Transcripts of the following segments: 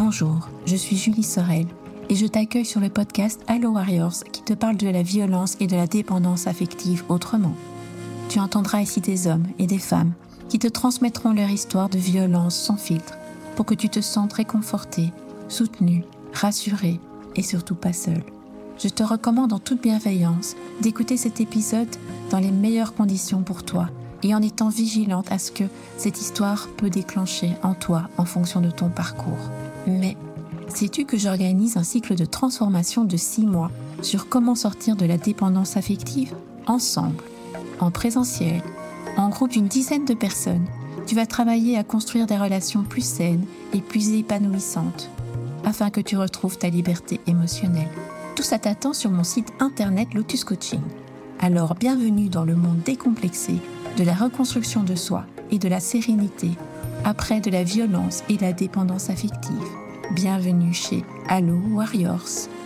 Bonjour, je suis Julie Sorel et je t'accueille sur le podcast Hello Warriors qui te parle de la violence et de la dépendance affective autrement. Tu entendras ici des hommes et des femmes qui te transmettront leur histoire de violence sans filtre pour que tu te sentes réconforté, soutenu, rassuré et surtout pas seul. Je te recommande en toute bienveillance d'écouter cet épisode dans les meilleures conditions pour toi et en étant vigilante à ce que cette histoire peut déclencher en toi en fonction de ton parcours. Mais sais-tu que j'organise un cycle de transformation de 6 mois sur comment sortir de la dépendance affective ensemble, en présentiel, en groupe d'une dizaine de personnes. Tu vas travailler à construire des relations plus saines et plus épanouissantes afin que tu retrouves ta liberté émotionnelle. Tout ça t'attend sur mon site internet Lotus Coaching. Alors bienvenue dans le monde décomplexé de la reconstruction de soi et de la sérénité après de la violence et la dépendance affective. Bienvenue chez Hello Warriors.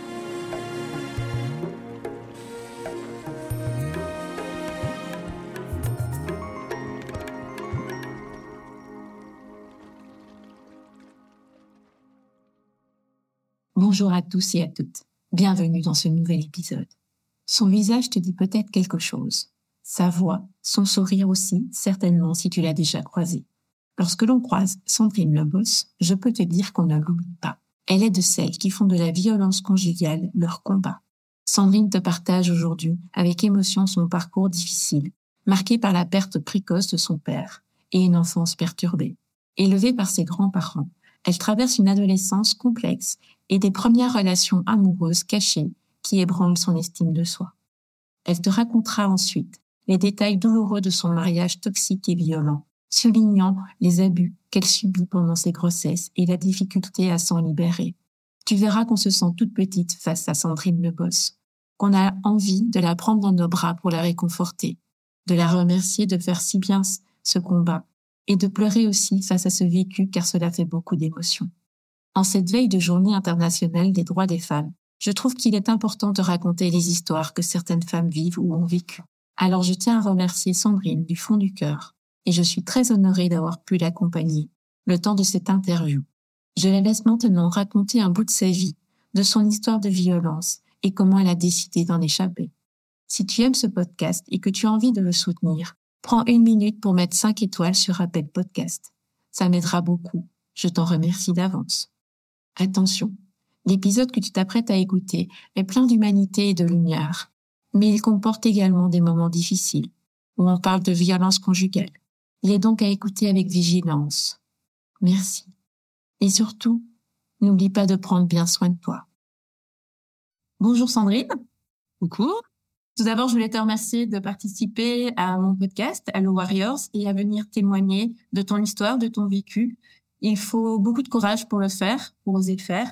Bonjour à tous et à toutes. Bienvenue dans ce nouvel épisode. Son visage te dit peut-être quelque chose. Sa voix, son sourire aussi, certainement si tu l'as déjà croisé. Lorsque l'on croise Sandrine Lebos, je peux te dire qu'on ne l'oublie pas. Elle est de celles qui font de la violence conjugale leur combat. Sandrine te partage aujourd'hui avec émotion son parcours difficile, marqué par la perte précoce de son père et une enfance perturbée. Élevée par ses grands-parents, elle traverse une adolescence complexe et des premières relations amoureuses cachées qui ébranlent son estime de soi. Elle te racontera ensuite les détails douloureux de son mariage toxique et violent, soulignant les abus qu'elle subit pendant ses grossesses et la difficulté à s'en libérer. Tu verras qu'on se sent toute petite face à Sandrine Lebos, qu'on a envie de la prendre dans nos bras pour la réconforter, de la remercier de faire si bien ce combat et de pleurer aussi face à ce vécu car cela fait beaucoup d'émotions. En cette veille de Journée internationale des droits des femmes, je trouve qu'il est important de raconter les histoires que certaines femmes vivent ou ont vécues. Alors je tiens à remercier Sandrine du fond du cœur et je suis très honorée d'avoir pu l'accompagner le temps de cette interview. Je la laisse maintenant raconter un bout de sa vie, de son histoire de violence et comment elle a décidé d'en échapper. Si tu aimes ce podcast et que tu as envie de le soutenir, prends 1 minute pour mettre 5 étoiles sur Apple Podcast. Ça m'aidera beaucoup. Je t'en remercie d'avance. Attention, l'épisode que tu t'apprêtes à écouter est plein d'humanité et de lumière, mais il comporte également des moments difficiles, où on parle de violence conjugale. Il est donc à écouter avec vigilance. Merci. Et surtout, n'oublie pas de prendre bien soin de toi. Bonjour Sandrine. Coucou. Tout d'abord, je voulais te remercier de participer à mon podcast, Hello Warriors, et à venir témoigner de ton histoire, de ton vécu. Il faut beaucoup de courage pour le faire, pour oser le faire.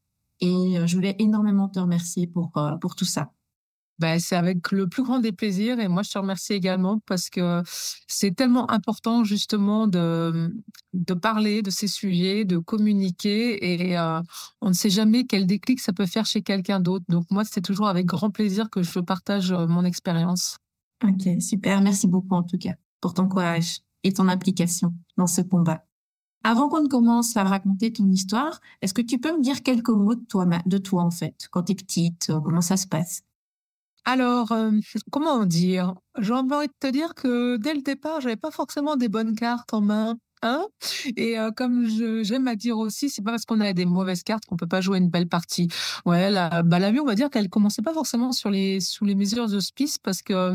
Et je voulais énormément te remercier pour tout ça. C'est avec le plus grand des plaisirs et moi je te remercie également parce que c'est tellement important justement de parler de ces sujets, de communiquer et on ne sait jamais quel déclic ça peut faire chez quelqu'un d'autre. Donc moi c'est toujours avec grand plaisir que je partage mon expérience. Ok, super. Merci beaucoup en tout cas pour ton courage et ton implication dans ce combat. Avant qu'on ne commence à raconter ton histoire, est-ce que tu peux me dire quelques mots de toi en fait, quand t'es petite, comment ça se passe? Alors, comment dire? J'ai envie de te dire que dès le départ, j'avais pas forcément des bonnes cartes en main, hein? Et comme j'aime à dire aussi, c'est pas parce qu'on a des mauvaises cartes qu'on peut pas jouer une belle partie. Ouais, la vie, on va dire qu'elle commençait pas forcément sous les mesures d'hospice parce que,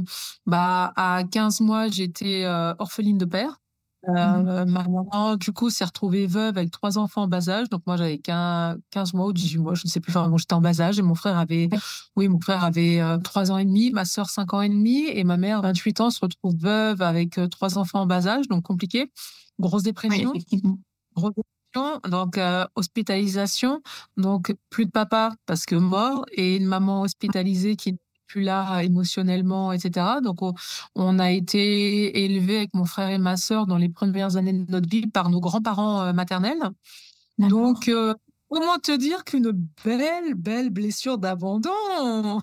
à 15 mois, j'étais orpheline de père. Ma maman, du coup, s'est retrouvée veuve avec 3 enfants en bas âge. Donc, moi, j'avais 15 mois ou 18 mois, je ne sais plus. Enfin, bon, j'étais en bas âge et mon frère avait 3 ans et demi, ma sœur 5 ans et demi et ma mère, 28 ans, se retrouve veuve avec 3 enfants en bas âge. Donc, compliqué. Grosse dépression. Oui, effectivement. Grosse dépression. Donc, hospitalisation. Donc, plus de papa parce que mort et une maman hospitalisée qui n'est plus là émotionnellement, etc. Donc, on a été élevés avec mon frère et ma sœur dans les premières années de notre vie par nos grands-parents maternels. D'accord. Donc, comment te dire qu'une belle blessure d'abandon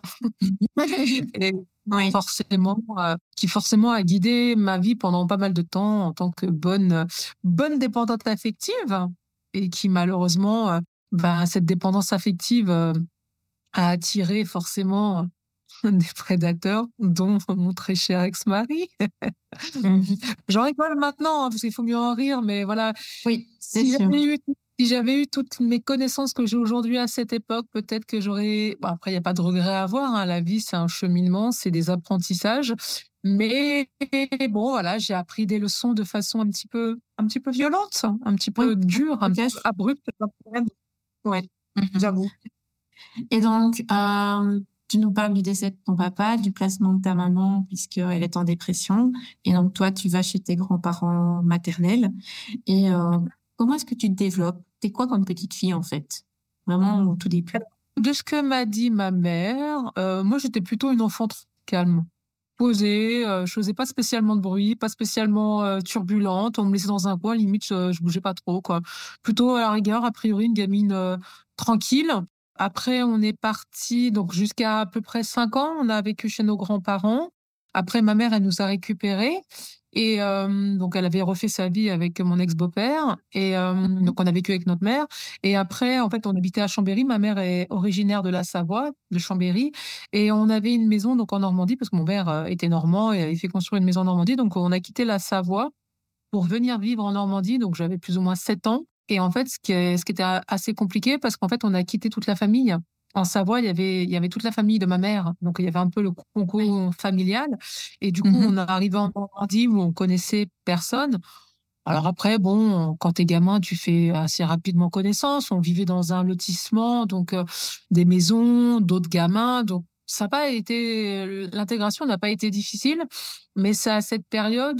et Oui. qui forcément a guidé ma vie pendant pas mal de temps en tant que bonne dépendante affective et qui malheureusement cette dépendance affective a attiré forcément des prédateurs, dont mon très cher ex-mari. Mhm. J'en rigole maintenant, parce qu'il faut mieux en rire, mais voilà. Oui, c'est Si sûr. j'avais eu toutes mes connaissances que j'ai aujourd'hui à cette époque, peut-être que j'aurais. Bon, après, il n'y a pas de regret à avoir, hein. La vie, c'est un cheminement, c'est des apprentissages. Mais bon, voilà, j'ai appris des leçons de façon un petit peu violente, un petit Oui, peu dure, un petit peu efficace. abrupte. Ouais, Mhm. j'avoue. Et donc, tu nous parles du décès de ton papa, du placement de ta maman, puisqu'elle est en dépression. Et donc, toi, tu vas chez tes grands-parents maternels. Et comment est-ce que tu te développes? T'es quoi comme petite fille, en fait? Vraiment, au tout début. De ce que m'a dit ma mère, moi, j'étais plutôt une enfant calme. Posée, je faisais pas spécialement de bruit, pas spécialement turbulente. On me laissait dans un coin, limite, je bougeais pas trop, quoi. Plutôt, à la rigueur, a priori, une gamine tranquille. Après, on est parti, donc jusqu'à à peu près 5 ans, on a vécu chez nos grands-parents. Après, ma mère, elle nous a récupérés. Et donc, elle avait refait sa vie avec mon ex-beau-père. Et donc, on a vécu avec notre mère. Et après, en fait, on habitait à Chambéry. Ma mère est originaire de la Savoie, de Chambéry. Et on avait une maison donc en Normandie, parce que mon père était normand et avait fait construire une maison en Normandie. Donc, on a quitté la Savoie pour venir vivre en Normandie. Donc, j'avais plus ou moins 7 ans. Et en fait, ce qui était assez compliqué, parce qu'en fait, on a quitté toute la famille. En Savoie, il y avait toute la famille de ma mère. Donc, il y avait un peu le concours familial. Et du coup, on Mhm. est arrivé en Normandie où on connaissait personne. Alors après, bon, quand t'es gamin, tu fais assez rapidement connaissance. On vivait dans un lotissement, donc des maisons, d'autres gamins. Donc, ça n'a pas été, l'intégration n'a pas été difficile, mais c'est à cette période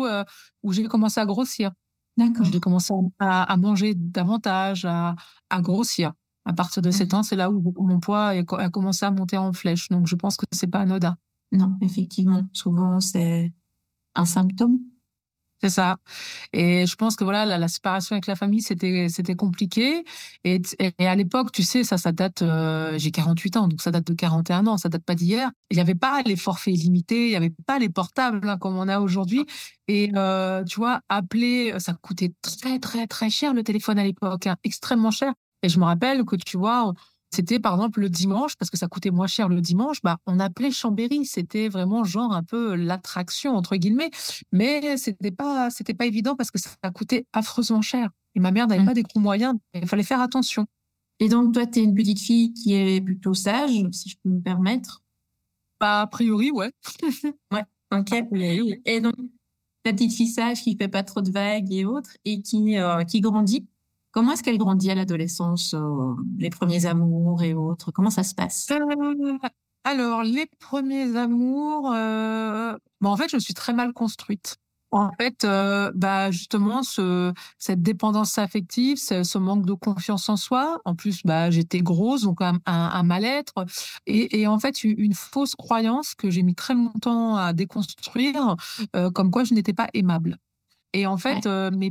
où j'ai commencé à grossir. J'ai D'accord. commencé à manger davantage, à grossir. À partir de 7 ans, Mhm. c'est là où mon poids a commencé à monter en flèche. Donc, je pense que c'est pas anodin. Non, effectivement, souvent, c'est un symptôme. C'est ça. Et je pense que voilà, la séparation avec la famille, c'était compliqué. Et à l'époque, tu sais, ça date, j'ai 48 ans, donc ça date de 41 ans, ça date pas d'hier. Il n'y avait pas les forfaits illimités, il n'y avait pas les portables hein, comme on a aujourd'hui. Et tu vois, appeler, ça coûtait très, très, très cher le téléphone à l'époque, hein, extrêmement cher. Et je me rappelle que, tu vois, c'était par exemple le dimanche, parce que ça coûtait moins cher le dimanche, bah, on appelait Chambéry. C'était vraiment genre un peu l'attraction, entre guillemets. Mais c'était pas évident parce que ça coûtait affreusement cher. Et ma mère n'avait pas des Mhm. gros moyens. Il fallait faire attention. Et donc, toi, tu es une petite fille qui est plutôt sage, si je peux me permettre. Bah, a priori, ouais. Ouais, ok. A priori, oui. Et donc, la petite fille sage qui fait pas trop de vagues et autres, et qui grandit. Comment est-ce qu'elle grandit à l'adolescence, les premiers amours et autres? Comment ça se passe? Euh, alors, les premiers amours, bon, en fait, je suis très mal construite. En fait, bah justement, cette dépendance affective, ce manque de confiance en soi. En plus, bah j'étais grosse, donc un mal-être, et en fait une fausse croyance que j'ai mis très longtemps à déconstruire, comme quoi je n'étais pas aimable. Et en Ouais, fait,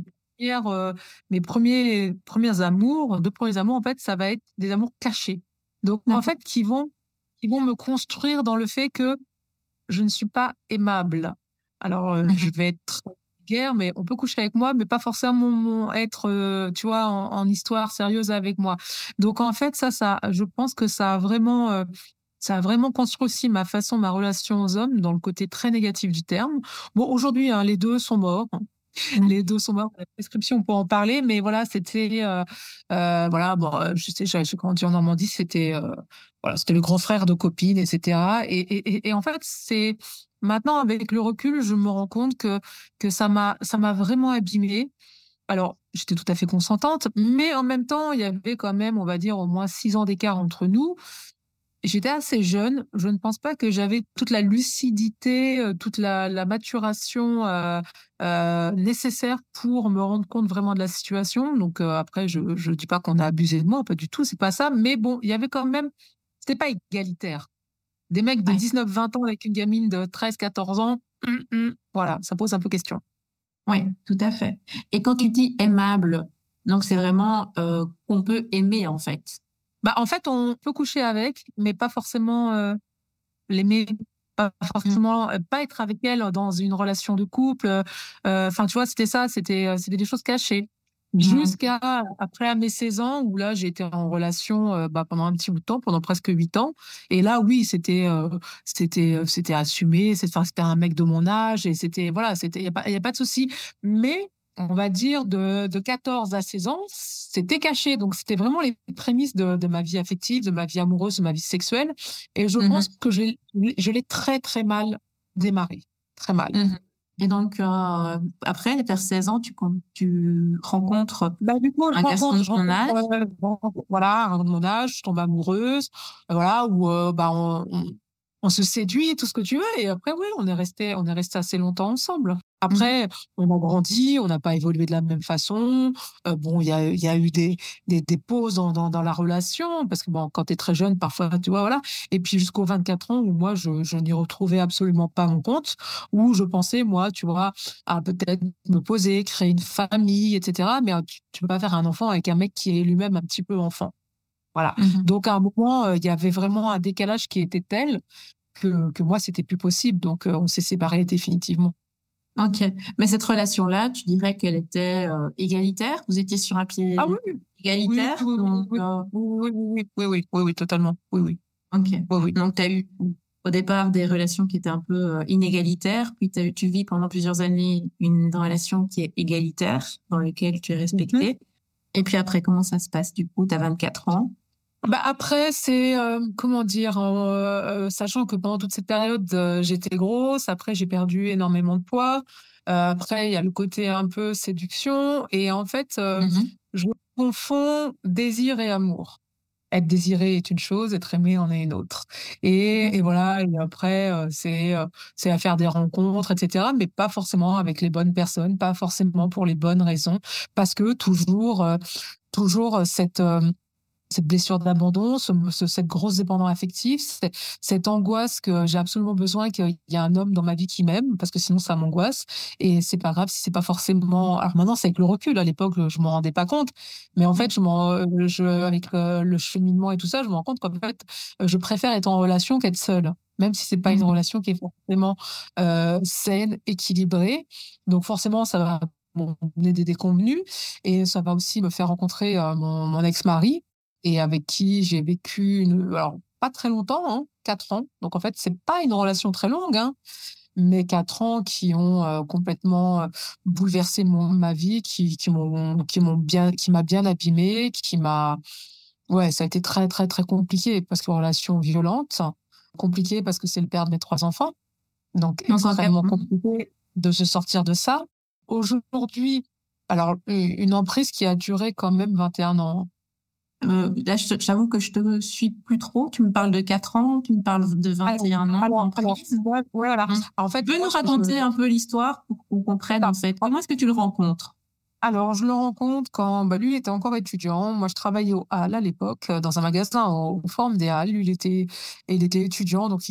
mes premiers amours, deux premiers amours, en fait, ça va être des amours cachés. Donc, en d'accord. fait, qui vont me construire dans le fait que je ne suis pas aimable. Alors, je Mhm. vais être guerre, mais on peut coucher avec moi, mais pas forcément être, tu vois, en histoire sérieuse avec moi. Donc, en fait, je pense que ça a vraiment construit aussi ma relation aux hommes dans le côté très négatif du terme. Bon, aujourd'hui, hein, les deux sont morts. Les Mhm. deux sont morts. La prescription, on peut en parler, mais voilà, c'était, voilà, bon, je sais, j'ai grandi en Normandie, c'était, voilà, c'était le grand frère de copines, etc. Et en fait, c'est maintenant avec le recul, je me rends compte que ça m'a vraiment abîmée. Alors, j'étais tout à fait consentante, mais en même temps, il y avait quand même, on va dire, au moins 6 ans d'écart entre nous. J'étais assez jeune. Je ne pense pas que j'avais toute la lucidité, toute la maturation nécessaire pour me rendre compte vraiment de la situation. Donc après, je dis pas qu'on a abusé de moi, pas du tout, c'est pas ça. Mais bon, il y avait quand même, c'était pas égalitaire. Des mecs de Ouais, 19-20 ans avec une gamine de 13-14 ans, voilà, ça pose un peu question. ouais, tout à fait. Et quand tu dis aimable, donc c'est vraiment qu'on peut aimer en fait. Bah en fait, on peut coucher avec, mais pas forcément l'aimer, pas Mhm. forcément pas être avec elle dans une relation de couple. Enfin, tu vois, c'était ça, c'était des choses cachées. Mhm. jusqu'à après à mes 16 ans où là j'ai été en relation pendant un petit bout de temps, pendant presque 8 ans. Et là oui, c'était assumé, enfin, c'était un mec de mon âge et c'était voilà, c'était y a pas de souci. Mais on va dire de 14 à 16 ans, c'était caché. Donc c'était vraiment les prémices de ma vie affective, de ma vie amoureuse, de ma vie sexuelle. Et je pense Mhm. que je l'ai très très mal démarré, très mal. Mhm. Et donc, après, vers 16 ans, tu rencontres Bah, du coup, un garçon de je ton rencontre, âge. voilà, un de mon âge, je tombe amoureuse, voilà, où on se séduit, tout ce que tu veux, et après, oui, on est resté assez longtemps ensemble. Mhm. Après, on a grandi, on n'a pas évolué de la même façon. Bon, il y a eu des pauses dans la relation, parce que bon, quand tu es très jeune, parfois, tu vois, voilà. Et puis jusqu'aux 24 ans, où moi, je n'y retrouvais absolument pas mon compte, où je pensais, moi, tu vois, à peut-être me poser, créer une famille, etc. Mais tu peux pas faire un enfant avec un mec qui est lui-même un petit peu enfant. Voilà. Mhm. Donc à un moment, il y avait vraiment un décalage qui était tel que moi, c'était plus possible. Donc on s'est séparés définitivement. Ok. Mais cette relation-là, tu dirais qu'elle était égalitaire? Vous étiez sur un Ah pied oui, oui, égalitaire? oui, Donc, oui, oui, oui, oui, oui, oui, oui, oui, totalement. Oui, oui, ok. oui, oui. Donc, tu as eu au départ des relations qui étaient un peu inégalitaires, puis tu vis pendant plusieurs années une relation qui est égalitaire, dans laquelle tu es Mhm. respecté. Et puis après, comment ça se passe du coup? Tu as 24 ans. Bah après, c'est comment dire, sachant que pendant toute cette période, j'étais grosse. Après, j'ai perdu énormément de poids. Après, il y a le côté un peu séduction. Et en fait, Mhm. je confonds désir et amour. Être désiré est une chose, être aimé en est une autre. Et voilà. Et après, c'est à faire des rencontres, etc. Mais pas forcément avec les bonnes personnes, pas forcément pour les bonnes raisons, parce que toujours cette blessure d'abandon, cette grosse dépendance affective, cette angoisse que j'ai absolument besoin qu'il y ait un homme dans ma vie qui m'aime, parce que sinon ça m'angoisse. Et c'est pas grave si c'est pas forcément. Alors maintenant, c'est avec le recul. À l'époque, je m'en rendais pas compte, mais en fait, avec le cheminement et tout ça, je me rends compte qu'en fait, je préfère être en relation qu'être seule, même si c'est pas une Mhm. relation qui est forcément saine, équilibrée. Donc forcément, ça va m'emmener des déconvenues et ça va aussi me faire rencontrer mon ex-mari et avec qui j'ai vécu alors pas très longtemps, hein, 4 ans. Donc en fait, c'est pas une relation très longue, hein, mais 4 ans qui ont complètement bouleversé ma vie, qui m'a bien abîmée, ouais, ça a été très très très compliqué parce que relation violente, compliqué parce que c'est le père de mes 3 enfants, donc Donc, extrêmement compliqué de se sortir de ça. Aujourd'hui, alors une emprise qui a duré quand même 21 ans. là, j'avoue que je te suis plus trop. Tu me parles de 4 ans, tu me parles de Alors, 21 ans en prise. ouais, voilà. Hum. En Tu fait, peux moi, nous raconter un peu l'histoire pour qu'on comprenne en fait. Comment est-ce que tu le rencontres? alors, je le rencontre quand lui il était encore étudiant. Moi, je travaillais au Hall à l'époque, dans un magasin aux formes des Halles. Lui, il était étudiant, donc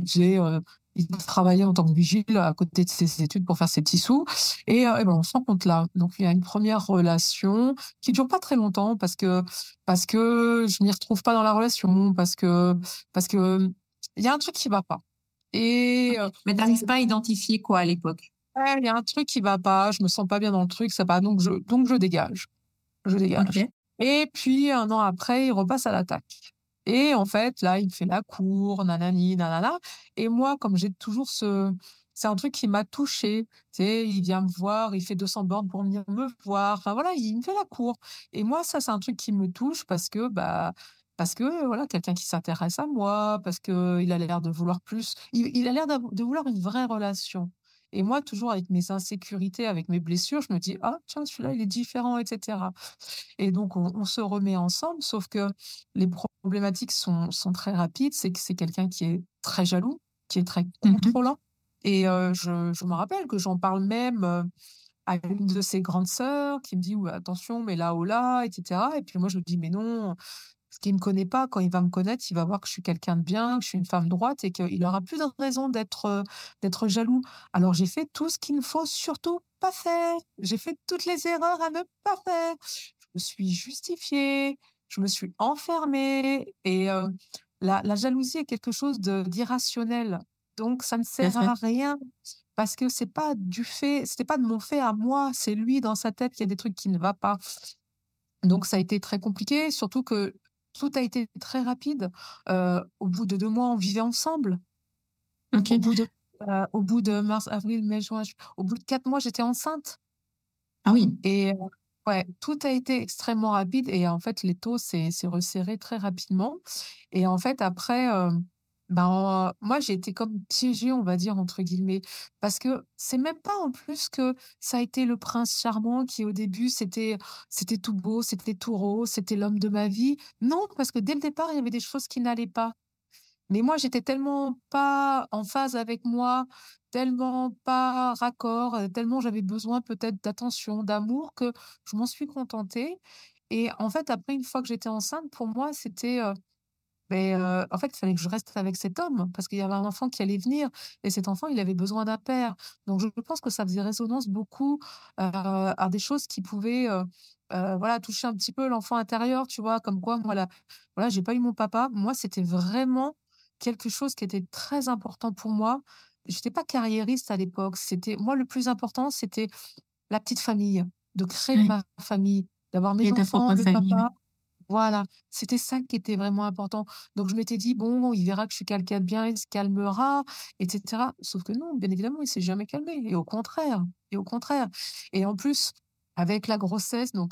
il travaillait en tant que vigile à côté de ses études pour faire ses petits sous. Et ben, on se rencontre là. Donc, il y a une première relation qui dure pas très longtemps parce que je m'y retrouve pas dans la relation, parce que il y a un truc qui va pas. Et Mais t'arrives pas à identifier quoi à l'époque? ouais, il y a un truc qui va pas, je me sens pas bien dans le truc, ça va, donc je dégage. Je dégage. Ok. Et puis, un an après, il repasse à l'attaque. Et en fait, là, il me fait la cour, nanani, nanana. Et moi, comme j'ai toujours c'est un truc qui m'a touchée. Tu sais, il vient me voir, il fait 200 bornes pour venir me voir. Enfin, voilà, il me fait la cour. Et moi, ça, c'est un truc qui me touche parce que, voilà, quelqu'un qui s'intéresse à moi, parce que il a l'air de vouloir plus. Il a l'air de vouloir une vraie relation. Et moi, toujours avec mes insécurités, avec mes blessures, je me dis, ah, tiens, celui-là, il est différent, etc. Et donc, on se remet ensemble, sauf que les problématiques sont très rapides. C'est que c'est quelqu'un qui est très jaloux, qui est très Mhm. contrôlant. Et je me rappelle que j'en parle même à une de ses grandes sœurs qui me dit, ouais, attention, mais là, oh là, etc. Et puis moi, je me dis, mais non, parce qu'il me connaît pas. Quand il va me connaître, il va voir que je suis quelqu'un de bien, que je suis une femme droite et qu'il aura plus de raison d'être jaloux. Alors j'ai fait tout ce qu'il ne faut surtout pas faire. J'ai fait toutes les erreurs à ne pas faire. Je me suis justifiée, je me suis enfermée et la jalousie est quelque chose d'irrationnel. Donc, ça ne tout à sert fait. à rien parce que c'était pas de mon fait à moi, c'est lui dans sa tête, il y a des trucs qui ne va pas. Donc, ça a été très compliqué, surtout que tout a été très rapide. Au bout de 2 mois, on vivait ensemble. Au bout Ok. de, au bout de mars, avril, mai, juin, au bout de 4 mois, j'étais enceinte. Ah oui. Et ouais, tout a été extrêmement rapide et en fait, l'étau s'est resserré très rapidement. Et en fait, après, moi, j'ai été comme piégée, on va dire, entre guillemets, parce que c'est même pas en plus que ça a été le prince charmant qui, au début, c'était tout beau, c'était tout rose, c'était l'homme de ma vie. Non, parce que dès le départ, il y avait des choses qui n'allaient pas. Mais moi, j'étais tellement pas en phase avec moi, tellement pas raccord, tellement j'avais besoin peut-être d'attention, d'amour que je m'en suis contentée. Et en fait, après, une fois que j'étais enceinte, pour moi, c'était, en fait, il fallait que je reste avec cet homme parce qu'il y avait un enfant qui allait venir et cet enfant, il avait besoin d'un père. Donc, je pense que ça faisait résonance beaucoup à des choses qui pouvaient, voilà, toucher un petit peu l'enfant intérieur, tu vois, comme quoi, moi, là, voilà, j'ai pas eu mon papa. Moi, c'était vraiment quelque chose qui était très important pour moi. J'étais pas carriériste à l'époque. C'était, moi, le plus important, c'était la petite famille, de créer Ouais. ma famille, d'avoir Et mes ta enfants, propre le famille, oui. papa. Voilà, c'était ça qui était vraiment important. Donc je m'étais dit: «Bon, il verra que je suis quelqu'un de bien, il se calmera et cetera». Sauf que non, bien évidemment, il s'est jamais calmé et au contraire et en plus, avec la grossesse donc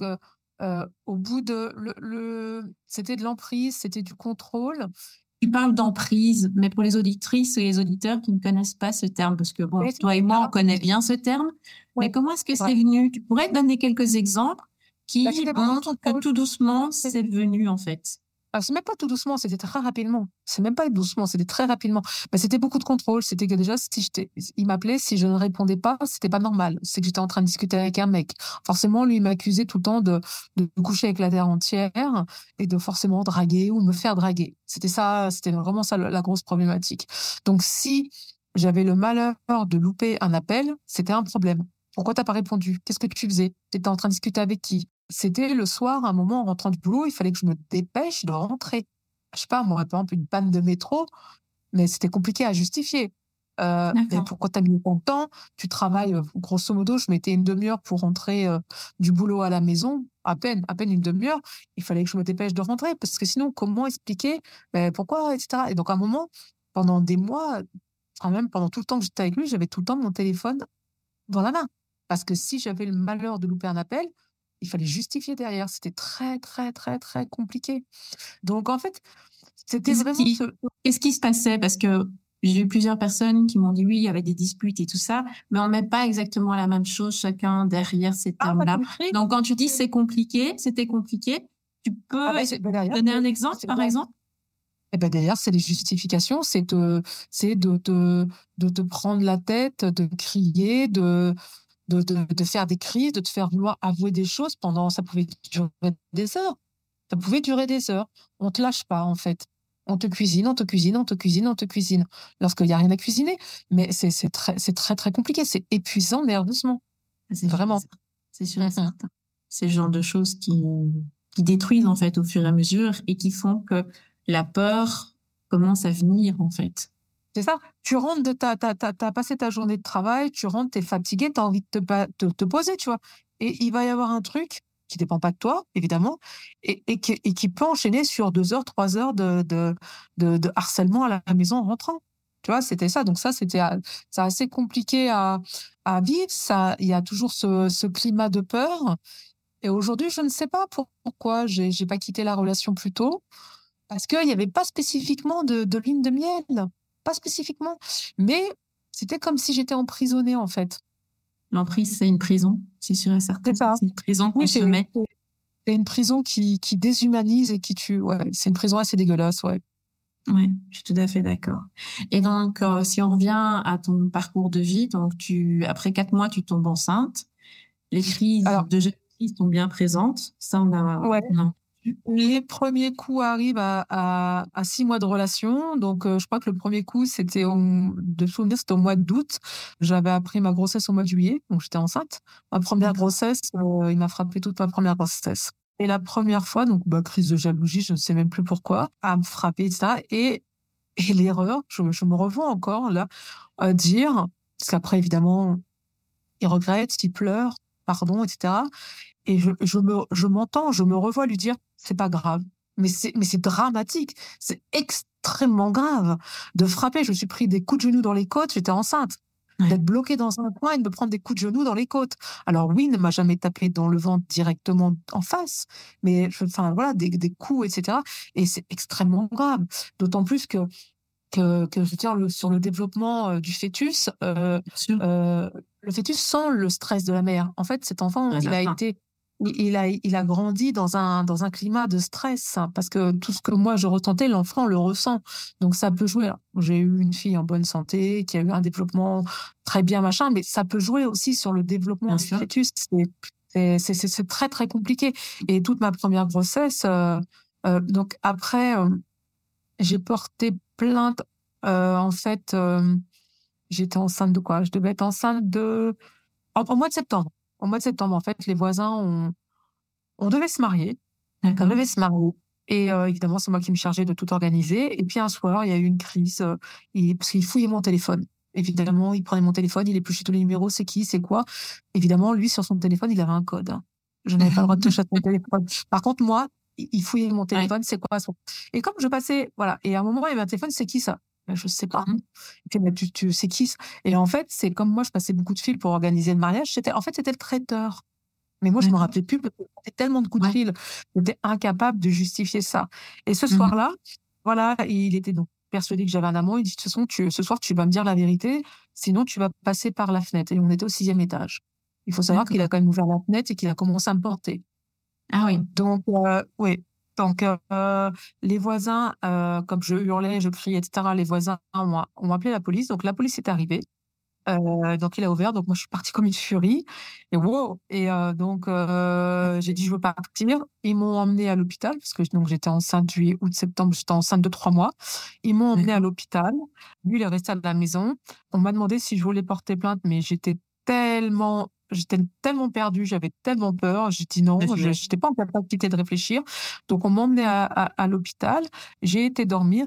au bout de c'était de l'emprise, c'était du contrôle Tu parles d'emprise, mais pour les auditrices et les auditeurs qui ne connaissent pas ce terme, parce que bon, et c'est toi et moi, on alors connaît bien ce terme, mais ouais, comment est-ce que c'est vrai. c'est venu? Tu pourrais donner quelques exemples Bah, qui c'était beaucoup de montrent que contrôle. tout doucement, c'est venu, en fait. Alors, c'est même pas tout doucement, c'était très rapidement. C'est même pas doucement, c'était très rapidement. Bah, c'était beaucoup de contrôle. C'était que déjà, il m'appelait, si je ne répondais pas, c'était pas normal. C'est que j'étais en train de discuter avec un mec. Forcément, lui, il m'accusait tout le temps de coucher avec la terre entière et de forcément draguer ou me faire draguer. C'était ça, c'était vraiment ça la grosse problématique. Donc, si j'avais le malheur de louper un appel, c'était un problème. Pourquoi t'as pas répondu? Qu'est-ce que tu faisais? T'étais en train de discuter avec qui? C'était le soir, un moment, en rentrant du boulot, il fallait que je me dépêche de rentrer. Je sais pas, moi, par exemple, une panne de métro, mais c'était compliqué à justifier. Mais D'accord. pourquoi t'as mis autant de temps? Tu travailles, grosso modo, je mettais une demi-heure pour rentrer du boulot à la maison, à peine une demi-heure. Il fallait que je me dépêche de rentrer, parce que sinon, comment expliquer, pourquoi, etc. Et donc, à un moment, pendant des mois, quand même, pendant tout le temps que j'étais avec lui, j'avais tout le temps mon téléphone dans la main. Parce que si j'avais le malheur de louper un appel, il fallait justifier derrière. C'était très, très, très, très compliqué. Donc, en fait, c'était Qu'est-ce vraiment qui, qu'est-ce qui se passait? Parce que j'ai eu plusieurs personnes qui m'ont dit oui, il y avait des disputes et tout ça, mais on met pas exactement la même chose chacun derrière ces Ah, pas termes-là. compris. Donc, quand tu dis c'est compliqué, c'était compliqué, tu Ah, peux derrière, donner un exemple, par exemple? derrière, c'est les justifications, c'est de te prendre la tête, de crier, de faire des crises, de te faire vouloir avouer des choses pendant, ça pouvait durer des heures. Ça pouvait durer des heures. On te lâche pas, en fait. On te cuisine, on te cuisine, on te cuisine, on te cuisine. Lorsqu'il y a rien à cuisiner. Mais c'est très, très compliqué. C'est épuisant nerveusement. C'est sûr et Vraiment. certain. C'est sûr et Mhm. certain. C'est le genre de choses qui détruisent, en fait, au fur et à mesure et qui font que la peur commence à venir, en fait. C'est ça. Tu rentres t'as passé ta journée de travail, tu rentres, t'es fatigué, t'as envie de te poser, tu vois. Et il va y avoir un truc qui dépend pas de toi, évidemment, et qui peut enchaîner sur 2 heures, 3 heures de harcèlement à la maison en rentrant. Tu vois, c'était ça. Donc ça, c'est assez compliqué à vivre. Ça, il y a toujours ce climat de peur. Et aujourd'hui, je ne sais pas pourquoi j'ai pas quitté la relation plus tôt. Parce qu'il n'y avait pas spécifiquement de lune de miel, pas spécifiquement. Mais c'était comme si j'étais emprisonnée, en fait. L'emprise, c'est une prison, c'est sûr et certain. C'est ça. C'est une prison qu'on Oui, se met. c'est une prison qui déshumanise et qui tue. Ouais, c'est une prison assez dégueulasse, ouais. Ouais, je suis tout à fait d'accord. Et donc, si on revient à ton parcours de vie, donc après 4 mois, tu tombes enceinte. Les crises Alors, de jalousie sont bien présentes. Ça, ouais, on a les premiers coups arrivent à 6 mois de relation. Donc, je crois que le premier coup, de souvenir, c'était au mois d'août. J'avais appris ma grossesse au mois de juillet, donc j'étais enceinte. Ma première D'accord. grossesse, il m'a frappé toute ma première grossesse. Et la première fois, donc, crise de jalousie, je ne sais même plus pourquoi, à me frapper, etc. Et Et l'erreur, je me revois encore là, dire, parce qu'après évidemment, il regrette, il pleure, pardon, etc. Et je m'entends, je me revois lui dire: «C'est pas grave». Mais c'est dramatique, c'est extrêmement grave de frapper. Je me suis pris des coups de genoux dans les côtes, j'étais enceinte. Ouais. D'être bloquée dans un coin et de me prendre des coups de genoux dans les côtes. Alors oui, il ne m'a jamais tapé dans le ventre directement en face, mais enfin voilà, des coups, etc. Et c'est extrêmement grave. D'autant plus que je veux dire sur le développement, du fœtus, Bien sûr. le fœtus sent le stress de la mère. En fait, cet enfant, Ouais, il a certain. été il a grandi dans un climat de stress, hein, parce que tout ce que moi je ressentais, l'enfant le ressent. Donc ça peut jouer. Alors, j'ai eu une fille en bonne santé, qui a eu un développement très bien, machin, mais ça peut jouer aussi sur le développement Bien du sûr. fœtus. C'est très, très compliqué. Et toute ma première grossesse, donc après, j'ai porté plainte. En fait, j'étais enceinte de quoi? Je devais être enceinte de en mois de septembre. Au mois de septembre, en fait, les voisins on devait se marier. On D'accord. devait se marier et évidemment, c'est moi qui me chargeais de tout organiser et puis un soir, il y a eu une crise, parce qu'il fouillait mon téléphone. Évidemment, il prenait mon téléphone, il épluchait tous les numéros, c'est qui, c'est quoi? Évidemment, lui, sur son téléphone, il avait un code, hein. Je n'avais pas le droit de toucher à son téléphone. Par contre, moi, il fouillait mon Ouais. téléphone, c'est quoi son et comme je passais voilà et à un moment, il y avait un téléphone: «C'est qui ça?» «Ben, je sais pas». Mmh. Il fait: «Mais tu c'est qui ça?» Et en fait, c'est comme moi, je passais beaucoup de fil pour organiser le mariage, c'était le traiteur. Mais moi, je me D'accord. rappelais plus parce que j'avais tellement de coups de Ouais. fil, j'étais incapable de justifier ça. Et ce Mmh. soir-là, voilà, il était donc persuadé que j'avais un amant. Il dit: «De toute façon, ce soir, tu vas me dire la vérité, sinon tu vas passer par la fenêtre». Et on était au 6e étage. Il faut savoir qu'il a D'accord. quand même ouvert la fenêtre et qu'il a commencé à me porter. Ah oui. Donc, oui. Donc, les voisins, comme je hurlais, je criais, et cetera, les voisins ont appelé la police. Donc la police est arrivée. Donc il a ouvert, donc moi je suis partie comme une furie et wow et donc j'ai dit: «Je veux partir». Ils m'ont emmenée à l'hôpital parce que donc j'étais enceinte juillet, août, septembre, j'étais enceinte de 3 mois. Ils m'ont emmenée à D'accord. l'hôpital. Lui, il est resté à la maison. On m'a demandé si je voulais porter plainte, mais j'étais tellement perdue, j'avais tellement peur. J'ai dit: «Non», Ouais, je j'imagine. j'étais pas en capacité de réfléchir. Donc on m'a emmenée à l'hôpital. J'ai été dormir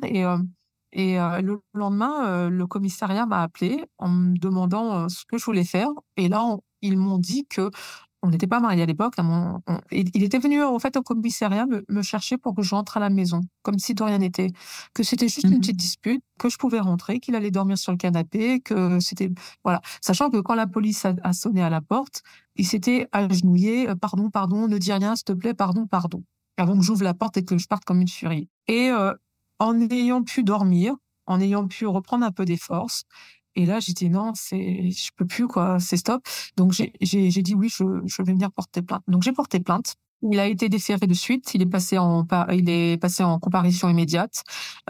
et le lendemain, le commissariat m'a appelée en me demandant, ce que je voulais faire et là, ils m'ont dit qu'on n'était pas mariés à l'époque, là mon on il était venu, en fait, au commissariat me chercher pour que je rentre à la maison, comme si de rien n'était. Que c'était juste une Mmh. petite dispute, que je pouvais rentrer, qu'il allait dormir sur le canapé, que c'était voilà. Sachant que quand la police a sonné à la porte, il s'était agenouillé: «Pardon, pardon, ne dis rien, s'il te plaît, pardon, pardon», avant que j'ouvre la porte et que je parte comme une furie et en ayant pu dormir, en ayant pu reprendre un peu des forces et là, j'ai dit: «Non, je peux plus quoi, c'est stop». Donc j'ai dit: «Oui, je vais venir porter plainte». Donc j'ai porté plainte. Il a été déféré de suite. Il est passé en comparution immédiate.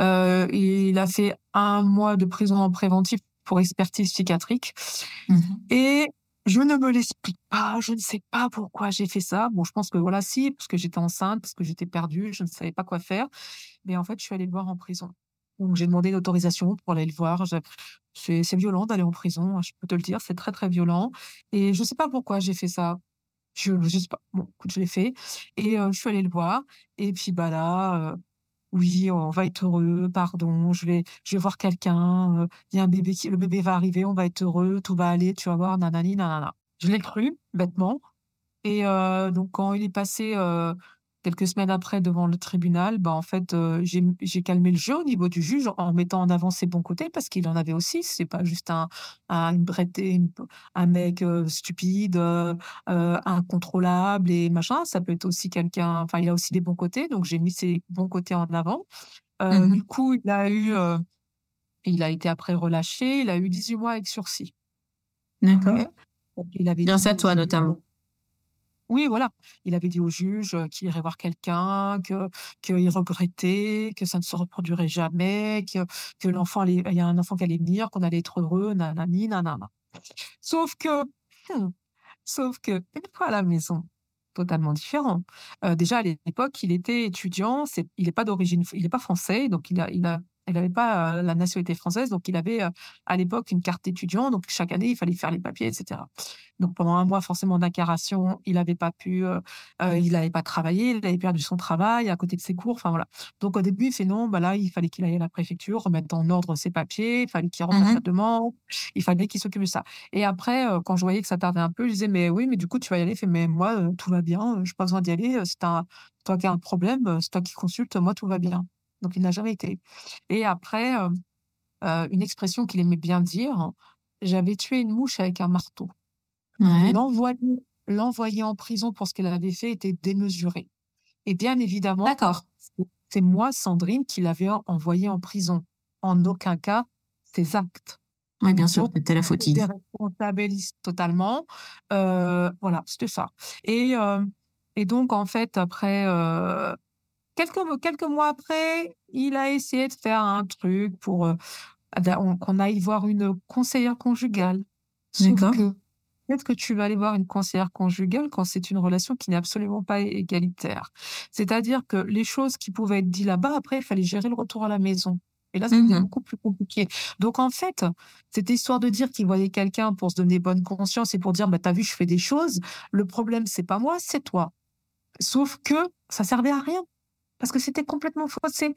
Il a fait 1 mois de prison en préventif pour expertise psychiatrique Mmh. et je ne me l'explique pas. Je ne sais pas pourquoi j'ai fait ça. Bon, je pense que voilà, si, parce que j'étais enceinte, parce que j'étais perdue, je ne savais pas quoi faire. Mais en fait, je suis allée le voir en prison. Donc j'ai demandé une autorisation pour aller le voir. C'est violent d'aller en prison, hein, je peux te le dire, c'est très, très violent et je sais pas pourquoi j'ai fait ça. Je sais pas. Bon, écoute, je l'ai fait et je suis allée le voir et puis, bah, là, «Oui, on va être heureux, pardon, je vais voir quelqu'un, il y a un bébé qui le bébé va arriver, on va être heureux, tout va aller, tu vas voir, nanani, nanana». Je l'ai cru, bêtement. Et donc quand il est passé, quelques semaines après devant le tribunal, bah, en fait, j'ai calmé le jeu au niveau du juge en mettant en avant ses bons côtés parce qu'il en avait aussi. C'est pas juste une bretté une un mec, stupide, incontrôlable et machin. Ça peut être aussi quelqu'un enfin, il a aussi des bons côtés, donc j'ai mis ses bons côtés en avant. Mmh. Du coup, il a été après relâché. Il a eu 18 mois avec sursis. OK? D'accord. Donc il avait Grâce dit à au toi juge notamment. oui, voilà. Il avait dit au juge, qu'il irait voir quelqu'un, qu'il regrettait, que ça ne se reproduirait jamais, que il y a un enfant qui allait venir, qu'on allait être heureux, nanani, nanana. Sauf que, mmh, sauf que, une fois à la maison, totalement différent. Déjà à l'époque, il était étudiant, il est pas français, donc il a Il n'avait pas la nationalité française, donc il avait à l'époque une carte étudiant. Donc chaque année, il fallait faire les papiers, etc. Donc pendant un mois forcément d'incarcération, il n'avait pas pu, il n'avait pas travaillé, il avait perdu son travail à côté de ses cours. Enfin voilà. Donc au début, il fait non, bah là, il fallait qu'il aille à la préfecture, remettre en ordre ses papiers, il fallait qu'il refasse la Mhm. demande, il fallait qu'il s'occupe de ça. Et après, quand je voyais que ça tardait un peu, je disais: «Mais oui, mais du coup, tu vas y aller?» Il fait: «Mais moi, tout va bien, j'ai pas besoin d'y aller, c'est toi qui as un problème, c'est toi qui consultes, moi tout va bien». Donc il n'a jamais été. Et après, une expression qu'il aimait bien dire: «J'avais tué une mouche avec un marteau». Ouais. L'envoyer l'envoyer en prison pour ce qu'elle avait fait était démesuré. Et bien évidemment, D'accord. c'est moi, Sandrine, qui l'avais envoyé en prison. En aucun cas ses actes. Oui, bien sûr, Donc c'était la je me fautive. déresponsabilise totalement, voilà, c'était ça. Et et donc en fait après, quelques mois après, il a essayé de faire un truc pour, qu'on aille voir une conseillère conjugale. Sauf D'accord. que, peut-être que tu vas aller voir une conseillère conjugale quand c'est une relation qui n'est absolument pas égalitaire. C'est-à-dire que les choses qui pouvaient être dites là-bas, après, il fallait gérer le retour à la maison. Et là, c'était Mhm. beaucoup plus compliqué. Donc, en fait, cette histoire de dire qu'il voyait quelqu'un pour se donner bonne conscience et pour dire, bah, t'as vu, je fais des choses. Le problème, c'est pas moi, c'est toi. Sauf que ça servait à rien parce que c'était complètement faussé.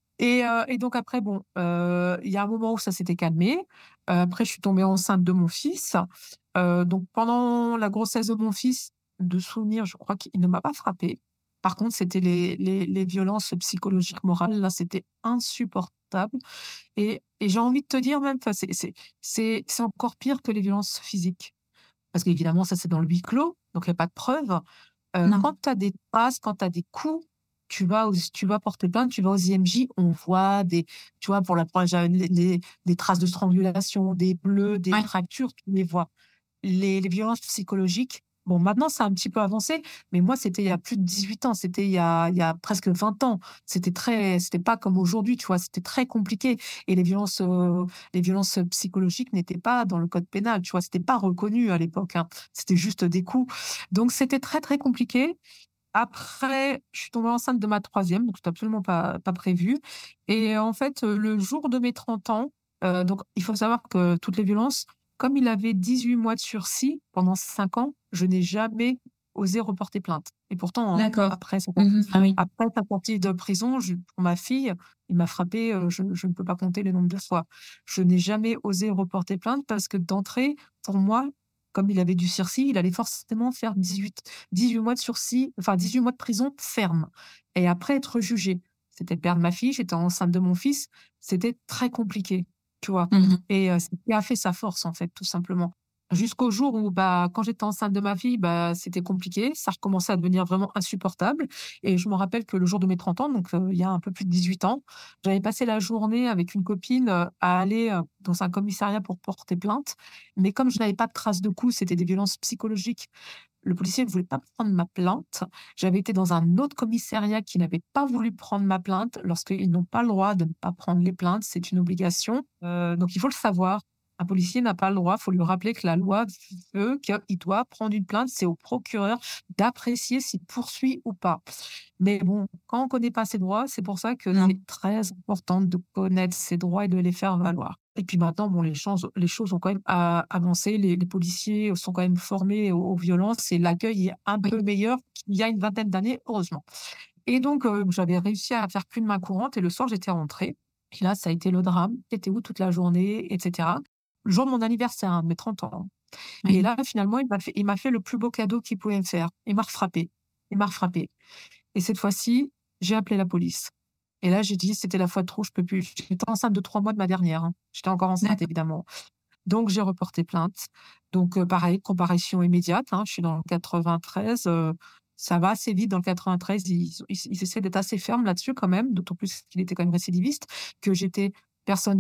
Et donc après bon, il y a un moment où ça s'était calmé. Après je suis tombée enceinte de mon fils. Donc pendant la grossesse de mon fils, de souvenir, je crois qu'il ne m'a pas frappée. Par contre, c'était les violences psychologiques, morales, là, c'était insupportable. Et j'ai envie de te dire même, enfin, c'est encore pire que les violences physiques. Parce qu'évidemment, ça, c'est dans le huis clos, donc il y a pas de preuves. Non. Quand tu as des traces, quand tu as des coups, tu vas porter plainte, tu vas aux IMJ, on voit tu vois, pour la première des traces de strangulation, des bleus, des Ouais. fractures, tu les vois. Les violences psychologiques, bon, maintenant, ça a un petit peu avancé, mais moi, c'était il y a plus de 18 ans, c'était il y a presque 20 ans. C'était pas comme aujourd'hui, tu vois? C'était très compliqué. Et les violences psychologiques n'étaient pas dans le code pénal, tu vois? C'était pas reconnu à l'époque, hein. C'était juste des coups. Donc c'était très, très compliqué. Après, je suis tombée enceinte de ma troisième, donc c'était absolument pas prévu. Et en fait, le jour de mes 30 ans, donc il faut savoir que toutes les violences, comme il avait 18 mois de sursis pendant 5 ans, je n'ai jamais osé reporter plainte. Et pourtant, hein, D'accord. Mhm. Ah oui. après sa sortie de prison, pour ma fille, il m'a frappée, je ne peux pas compter le nombre de fois. Je n'ai jamais osé reporter plainte parce que d'entrée, pour moi, comme il avait du sursis, il allait forcément faire 18 mois de sursis, enfin 18 mois de prison ferme et après être jugé. C'était le père de ma fille, j'étais enceinte de mon fils, c'était très compliqué, tu vois? Mhm. Et c'est ce qui a fait sa force, en fait, tout simplement. Jusqu'au jour où, bah, quand j'étais enceinte de ma fille, bah, c'était compliqué, ça recommençait à devenir vraiment insupportable. Et je me rappelle que le jour de mes 30 ans, donc il y a un peu plus de 18 ans, j'avais passé la journée avec une copine, à aller, dans un commissariat pour porter plainte. Mais comme je n'avais pas de traces de coups, c'était des violences psychologiques. Le policier ne voulait pas prendre ma plainte. J'avais été dans un autre commissariat qui n'avait pas voulu prendre ma plainte lorsqu'ils n'ont pas le droit de ne pas prendre les plaintes, c'est une obligation. Donc il faut le savoir. Un policier n'a pas le droit, il faut lui rappeler que la loi veut qu'il doit prendre une plainte, c'est au procureur d'apprécier s'il poursuit ou pas. Mais bon, quand on ne connaît pas ses droits, c'est pour ça que Non. c'est très important de connaître ses droits et de les faire valoir. Et puis maintenant, bon, les choses ont quand même avancé. Les policiers sont quand même formés aux violences et l'accueil est un Oui. peu meilleur qu'il y a une vingtaine d'années, heureusement. Et donc, j'avais réussi à faire qu'une main courante et le soir, j'étais rentrée. Et là, ça a été le drame. J'étais où toute la journée, etc. Le jour de mon anniversaire, hein, de mes 30 ans. Et Oui. là, finalement, il m'a fait le plus beau cadeau qu'il pouvait me faire. Il m'a refrappé. Il m'a refrappé. Et cette fois-ci, j'ai appelé la police. Et là, j'ai dit: «C'était la fois de trop, je peux plus». J'étais enceinte de 3 mois de ma dernière, hein. J'étais encore enceinte, D'accord. évidemment. Donc j'ai reporté plainte. Donc pareil, comparution immédiate, hein. Je suis dans le 93, ça va assez vite dans le 93. Ils essaient d'être assez fermes là-dessus quand même, d'autant plus qu'il était quand même récidiviste, que j'étais personne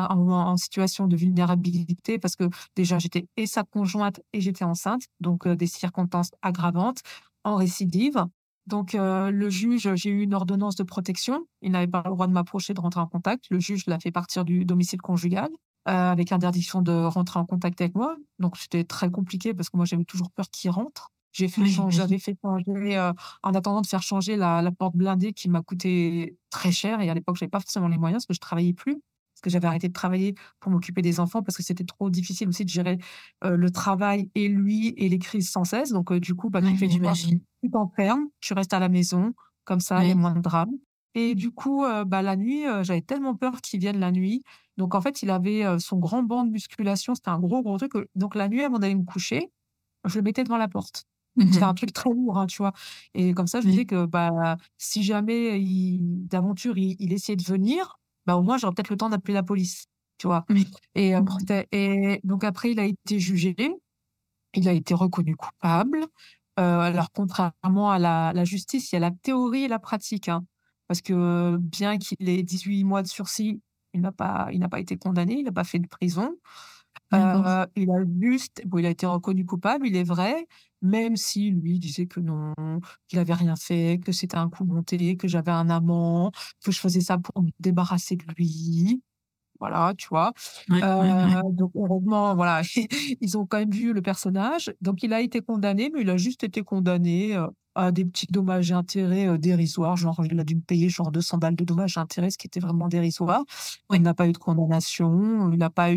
en situation de vulnérabilité parce que déjà j'étais et sa conjointe et j'étais enceinte, donc des circonstances aggravantes en récidive. Donc le juge, j'ai eu une ordonnance de protection. Il n'avait pas le droit de m'approcher, de rentrer en contact. Le juge l'a fait partir du domicile conjugal, avec interdiction de rentrer en contact avec moi. Donc c'était très compliqué parce que moi j'avais toujours peur qu'il rentre. J'avais fait changer, en attendant de faire changer la porte blindée qui m'a coûté très cher et à l'époque, j'avais pas forcément les moyens parce que je travaillais plus. Parce que j'avais arrêté de travailler pour m'occuper des enfants parce que c'était trop difficile aussi de gérer, le travail et lui et les crises sans cesse. Donc, du coup, bah, Ouais, tu fais quoi? j'imagine. Tu t'enfermes, tu restes à la maison, comme ça, il y a Ouais. moins de drames et du coup, bah, la nuit, j'avais tellement peur qu'il vienne la nuit. Donc en fait, il avait, son grand banc de musculation, c'était un gros truc, donc la nuit avant d'aller me coucher, je le mettais devant la porte. C'était un Mmh. truc très lourd, hein, tu vois? Et comme ça, je me Ouais. disais que, bah, si jamais d'aventure, il essayait de venir, bah, au moins, j'aurais peut-être le temps d'appeler la police, tu vois? Oui, Et je comprends. et donc après, il a été jugé, il a été reconnu coupable. Alors contrairement à la justice, il y a la théorie et la pratique, hein. Parce que bien qu'il ait 18 mois de sursis, il n'a pas été condamné, il n'a pas fait de prison. D'accord. Il a juste bon, il a été reconnu coupable, il est vrai, même si lui disait que non, qu'il avait rien fait, que c'était un coup monté, que j'avais un amant, que je faisais ça pour me débarrasser de lui. Voilà, tu vois? Ouais. Donc heureusement, voilà, ils ont quand même vu le personnage. Donc il a été condamné, mais il a juste été condamné, à des petits dommages et intérêts, dérisoires. Genre, il a dû me payer genre 200 balles de dommages et intérêts, ce qui était vraiment dérisoire. Il Ouais. n'a pas eu de condamnation,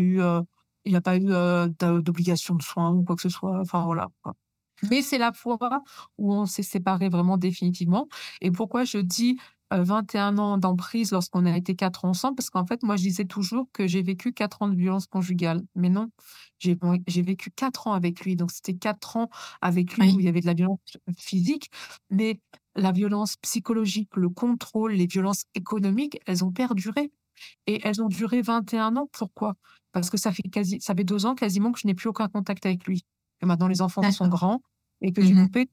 il n'a pas eu, d'obligation de soins ou quoi que ce soit. Enfin voilà, quoi. Mais c'est la fois où on s'est séparés vraiment définitivement et pourquoi je dis, 21 ans d'emprise lorsqu'on a été 4 ans ensemble, parce qu'en fait, moi, je disais toujours que j'ai vécu 4 ans de violence conjugale. Mais non, j'ai vécu 4 ans avec lui, donc c'était 4 ans avec lui où Oui. il y avait de la violence physique, mais la violence psychologique, le contrôle, les violences économiques, elles ont perduré et elles ont duré 21 ans. Pourquoi? Parce que ça fait 2 ans quasiment que je n'ai plus aucun contact avec lui. Que maintenant les enfants sont D'accord. grands et que j'ai Mmh. coupé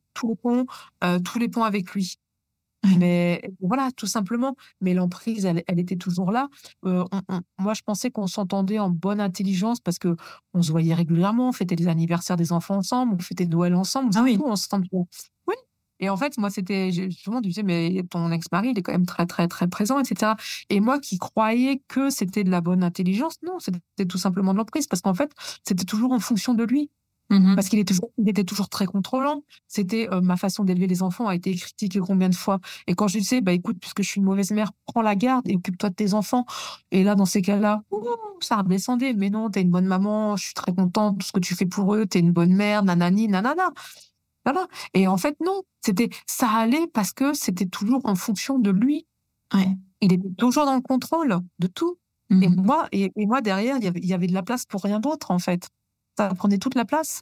tous les ponts avec lui. Ouais. Mais voilà, tout simplement. Mais l'emprise, elle était toujours là. Moi, je pensais qu'on s'entendait en bonne intelligence parce que on se voyait régulièrement, on fêtait les anniversaires des enfants ensemble, on fêtait Noël ensemble, on Ah faisait oui. tout ensemble. Oui. Et en fait, moi, tout le monde disait: «Mais ton ex-mari, il est quand même très, très, très présent» et cetera. Et moi qui croyais que c'était de la bonne intelligence, non, c'était tout simplement de l'emprise parce qu'en fait, c'était toujours en fonction de lui. Mmh. Parce il était toujours très contrôlant. C'était, ma façon d'élever les enfants a été critiquée combien de fois et quand je lui disais: «Bah, écoute, puisque je suis une mauvaise mère, prends la garde et occupe-toi de tes enfants» et là, dans ces cas-là, ouh, ça redescendait: «Mais non, tu es une bonne maman, je suis très contente de ce que tu fais pour eux, tu es une bonne mère, nanani, nanana». Voilà et en fait, non, ça allait parce que c'était toujours en fonction de lui. Ouais. Il était toujours dans le contrôle de tout et Mmh. moi derrière, il y avait de la place pour rien d'autre, en fait. Ça prenait toute la place.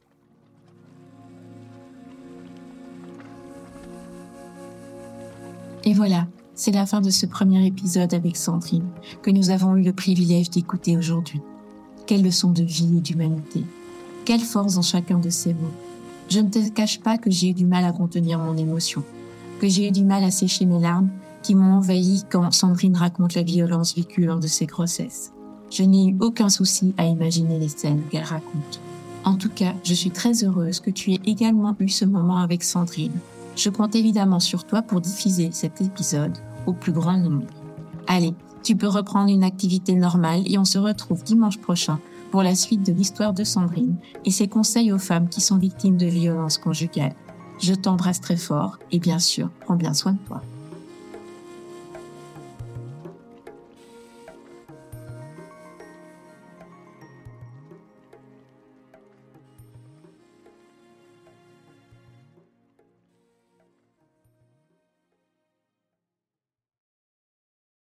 Et voilà, c'est la fin de ce premier épisode avec Sandrine, que nous avons eu le privilège d'écouter aujourd'hui. Quelle leçon de vie et d'humanité. Quelle force dans chacun de ces mots. Je ne te cache pas que j'ai eu du mal à contenir mon émotion, que j'ai eu du mal à sécher mes larmes qui m'ont envahi quand Sandrine raconte la violence vécue lors de ses grossesses. Je n'ai eu aucun souci à imaginer les scènes qu'elle raconte. En tout cas, je suis très heureuse que tu aies également eu ce moment avec Sandrine. Je compte évidemment sur toi pour diffuser cet épisode au plus grand nombre. Allez, tu peux reprendre une activité normale et on se retrouve dimanche prochain pour la suite de l'histoire de Sandrine et ses conseils aux femmes qui sont victimes de violences conjugales. Je t'embrasse très fort et bien sûr, prends bien soin de toi.